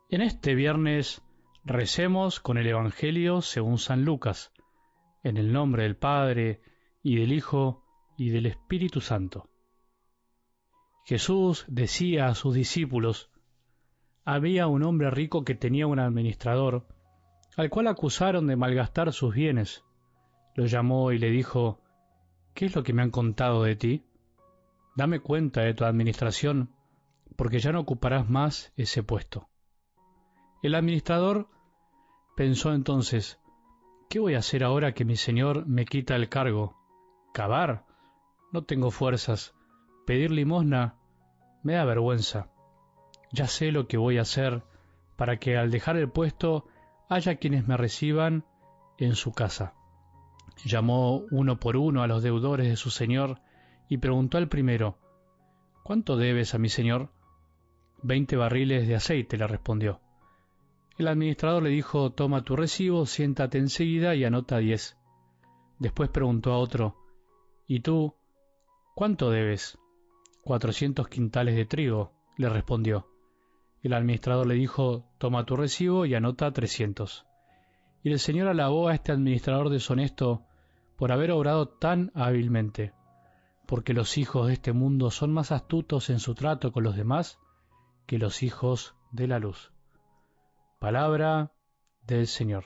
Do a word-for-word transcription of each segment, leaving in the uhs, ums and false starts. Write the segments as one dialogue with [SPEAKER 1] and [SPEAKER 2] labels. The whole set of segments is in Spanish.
[SPEAKER 1] En este viernes recemos con el Evangelio según San Lucas, en el nombre del Padre, y del Hijo, y del Espíritu Santo. Jesús decía a sus discípulos: había un hombre rico que tenía un administrador, al cual acusaron de malgastar sus bienes. Lo llamó y le dijo: ¿qué es lo que me han contado de ti? Dame cuenta de tu administración, porque ya no ocuparás más ese puesto. El administrador pensó entonces: ¿qué voy a hacer ahora que mi señor me quita el cargo? ¿Cavar? No tengo fuerzas. ¿Pedir limosna? Me da vergüenza. Ya sé lo que voy a hacer para que al dejar el puesto haya quienes me reciban en su casa. Llamó uno por uno a los deudores de su señor y preguntó al primero: ¿cuánto debes a mi señor? Veinte barriles de aceite, le respondió. El administrador le dijo: toma tu recibo, siéntate enseguida y anota diez. Después preguntó a otro: ¿y tú cuánto debes? Cuatrocientos quintales de trigo, le respondió. El administrador le dijo: toma tu recibo y anota trescientos. Y el señor alabó a este administrador deshonesto por haber obrado tan hábilmente, porque los hijos de este mundo son más astutos en su trato con los demás que los hijos de la luz. Palabra del Señor.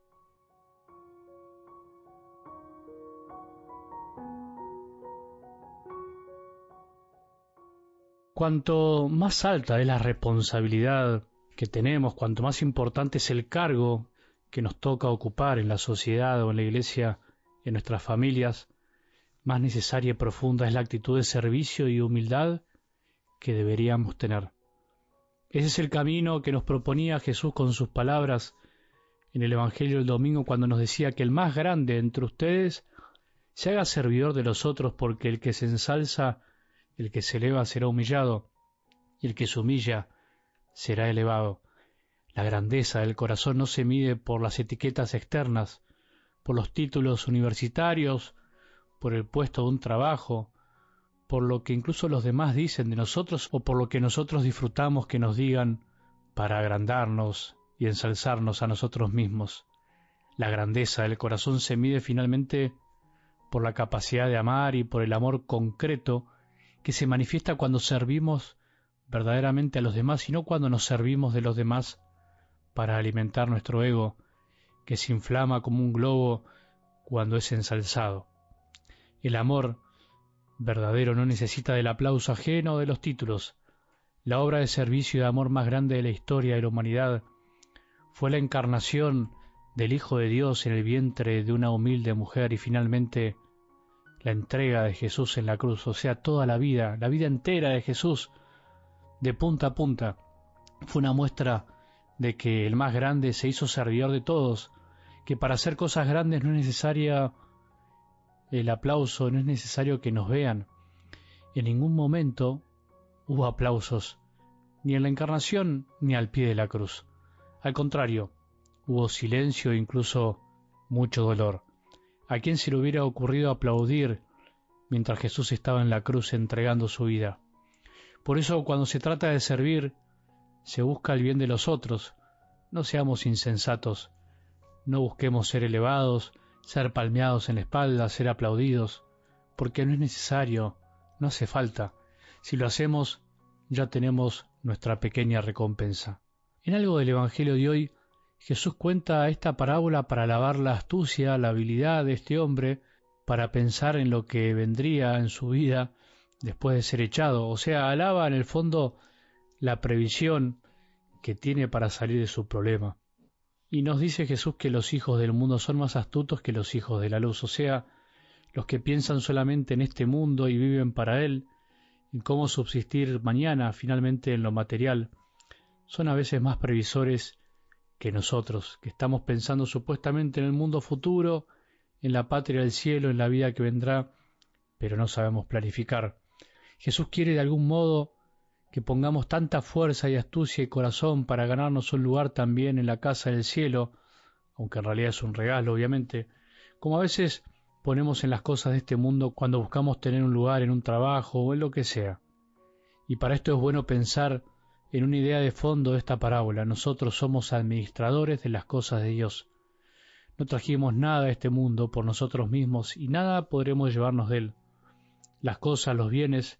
[SPEAKER 1] Cuanto más alta es la responsabilidad que tenemos, cuanto más importante es el cargo que nos toca ocupar en la sociedad o en la iglesia, en nuestras familias, más necesaria y profunda es la actitud de servicio y humildad que deberíamos tener. Ese es el camino que nos proponía Jesús con sus palabras en el Evangelio del domingo, cuando nos decía que el más grande entre ustedes se haga servidor de los otros, porque el que se ensalza, el que se eleva será humillado, y el que se humilla será elevado. La grandeza del corazón no se mide por las etiquetas externas, por los títulos universitarios, por el puesto de un trabajo, por lo que incluso los demás dicen de nosotros o por lo que nosotros disfrutamos que nos digan para agrandarnos y ensalzarnos a nosotros mismos. La grandeza del corazón se mide finalmente por la capacidad de amar y por el amor concreto que se manifiesta cuando servimos verdaderamente a los demás y no cuando nos servimos de los demás para alimentar nuestro ego, que se inflama como un globo cuando es ensalzado. El amor verdadero no necesita del aplauso ajeno o de los títulos. La obra de servicio y de amor más grande de la historia de la humanidad fue la encarnación del Hijo de Dios en el vientre de una humilde mujer y finalmente la entrega de Jesús en la cruz, o sea, toda la vida, la vida entera de Jesús, de punta a punta, fue una muestra de que el más grande se hizo servidor de todos, que para hacer cosas grandes no es necesaria el aplauso, no es necesario que nos vean. En ningún momento hubo aplausos, ni en la encarnación ni al pie de la cruz. Al contrario, hubo silencio e incluso mucho dolor. ¿A quién se le hubiera ocurrido aplaudir mientras Jesús estaba en la cruz entregando su vida? Por eso, cuando se trata de servir, se busca el bien de los otros. No seamos insensatos, no busquemos ser elevados, ser palmeados en la espalda, ser aplaudidos, porque no es necesario, no hace falta. Si lo hacemos, ya tenemos nuestra pequeña recompensa. En algo del Evangelio de hoy, Jesús cuenta esta parábola para alabar la astucia, la habilidad de este hombre, para pensar en lo que vendría en su vida después de ser echado. O sea, alaba en el fondo la previsión que tiene para salir de su problema. Y nos dice Jesús que los hijos del mundo son más astutos que los hijos de la luz, o sea, los que piensan solamente en este mundo y viven para él, en cómo subsistir mañana, finalmente en lo material, son a veces más previsores que nosotros, que estamos pensando supuestamente en el mundo futuro, en la patria del cielo, en la vida que vendrá, pero no sabemos planificar. Jesús quiere de algún modo que pongamos tanta fuerza y astucia y corazón para ganarnos un lugar también en la casa del cielo, aunque en realidad es un regalo, obviamente, como a veces ponemos en las cosas de este mundo cuando buscamos tener un lugar en un trabajo o en lo que sea. Y para esto es bueno pensar en una idea de fondo de esta parábola. Nosotros somos administradores de las cosas de Dios. No trajimos nada a este mundo por nosotros mismos y nada podremos llevarnos de él. Las cosas, los bienes,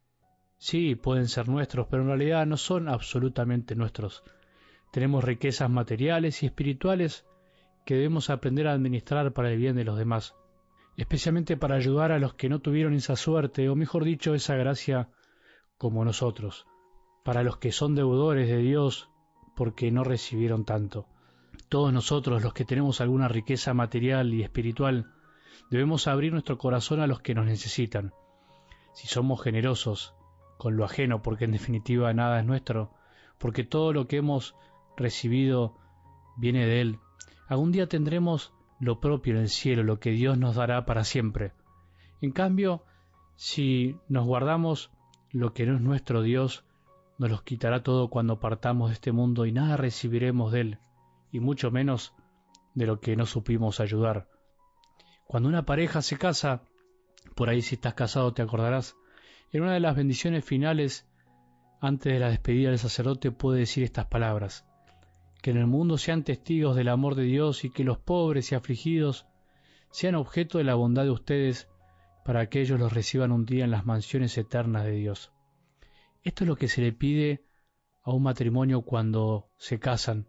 [SPEAKER 1] sí, pueden ser nuestros, pero en realidad no son absolutamente nuestros. Tenemos riquezas materiales y espirituales que debemos aprender a administrar para el bien de los demás, especialmente para ayudar a los que no tuvieron esa suerte, o mejor dicho, esa gracia como nosotros, para los que son deudores de Dios porque no recibieron tanto. Todos nosotros, los que tenemos alguna riqueza material y espiritual, debemos abrir nuestro corazón a los que nos necesitan. Si somos generosos con lo ajeno, porque en definitiva nada es nuestro, porque todo lo que hemos recibido viene de Él, algún día tendremos lo propio en el cielo, lo que Dios nos dará para siempre. En cambio, si nos guardamos lo que no es nuestro, Dios nos los quitará todo cuando partamos de este mundo y nada recibiremos de Él, y mucho menos de lo que no supimos ayudar. Cuando una pareja se casa, por ahí si estás casado te acordarás, en una de las bendiciones finales, antes de la despedida del sacerdote puede decir estas palabras: que en el mundo sean testigos del amor de Dios y que los pobres y afligidos sean objeto de la bondad de ustedes para que ellos los reciban un día en las mansiones eternas de Dios. Esto es lo que se le pide a un matrimonio cuando se casan.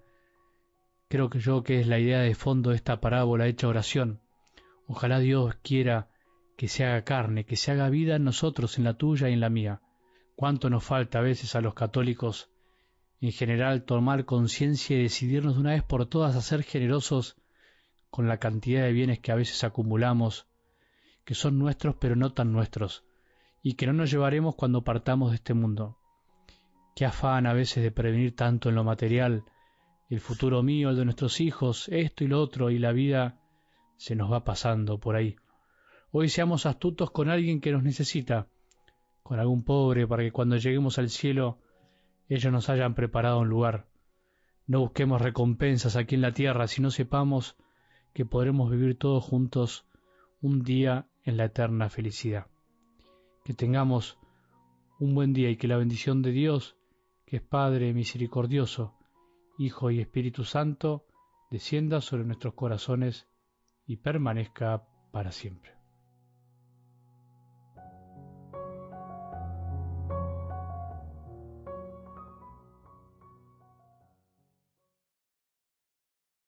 [SPEAKER 1] Creo que yo que es la idea de fondo de esta parábola hecha oración. Ojalá Dios quiera que se haga carne, que se haga vida en nosotros, en la tuya y en la mía. Cuánto nos falta a veces a los católicos en general tomar conciencia y decidirnos de una vez por todas a ser generosos con la cantidad de bienes que a veces acumulamos, que son nuestros pero no tan nuestros, y que no nos llevaremos cuando partamos de este mundo. Qué afán a veces de prevenir tanto en lo material, el futuro mío, el de nuestros hijos, esto y lo otro, y la vida se nos va pasando por ahí. Hoy seamos astutos con alguien que nos necesita, con algún pobre, para que cuando lleguemos al cielo ellos nos hayan preparado un lugar. No busquemos recompensas aquí en la tierra, sino sepamos que podremos vivir todos juntos un día en la eterna felicidad. Que tengamos un buen día y que la bendición de Dios, que es Padre misericordioso, Hijo y Espíritu Santo, descienda sobre nuestros corazones y permanezca para siempre.